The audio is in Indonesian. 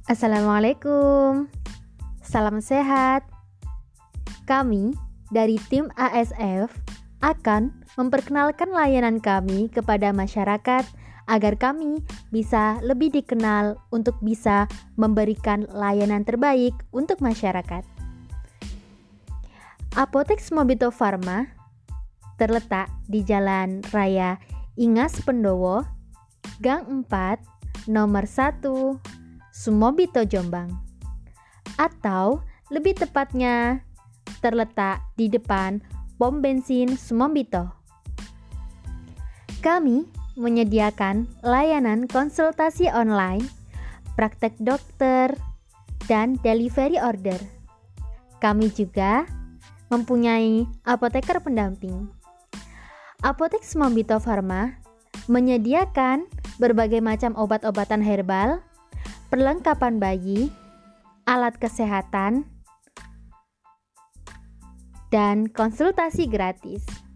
Assalamualaikum, salam sehat. Kami dari tim ASF akan memperkenalkan layanan kami kepada masyarakat agar kami bisa lebih dikenal untuk bisa memberikan layanan terbaik untuk masyarakat. Apotek Smobito Pharma terletak di Jalan Raya Ingas Pendowo, Gang 4, Nomor 1, Smobito, Jombang. Atau lebih tepatnya terletak di depan pom bensin Smobito. Kami menyediakan layanan konsultasi online, praktek dokter, dan delivery order. Kami juga mempunyai apoteker pendamping. Apotek Smobito Pharma menyediakan berbagai macam obat-obatan herbal, perlengkapan bayi, alat kesehatan, dan konsultasi gratis.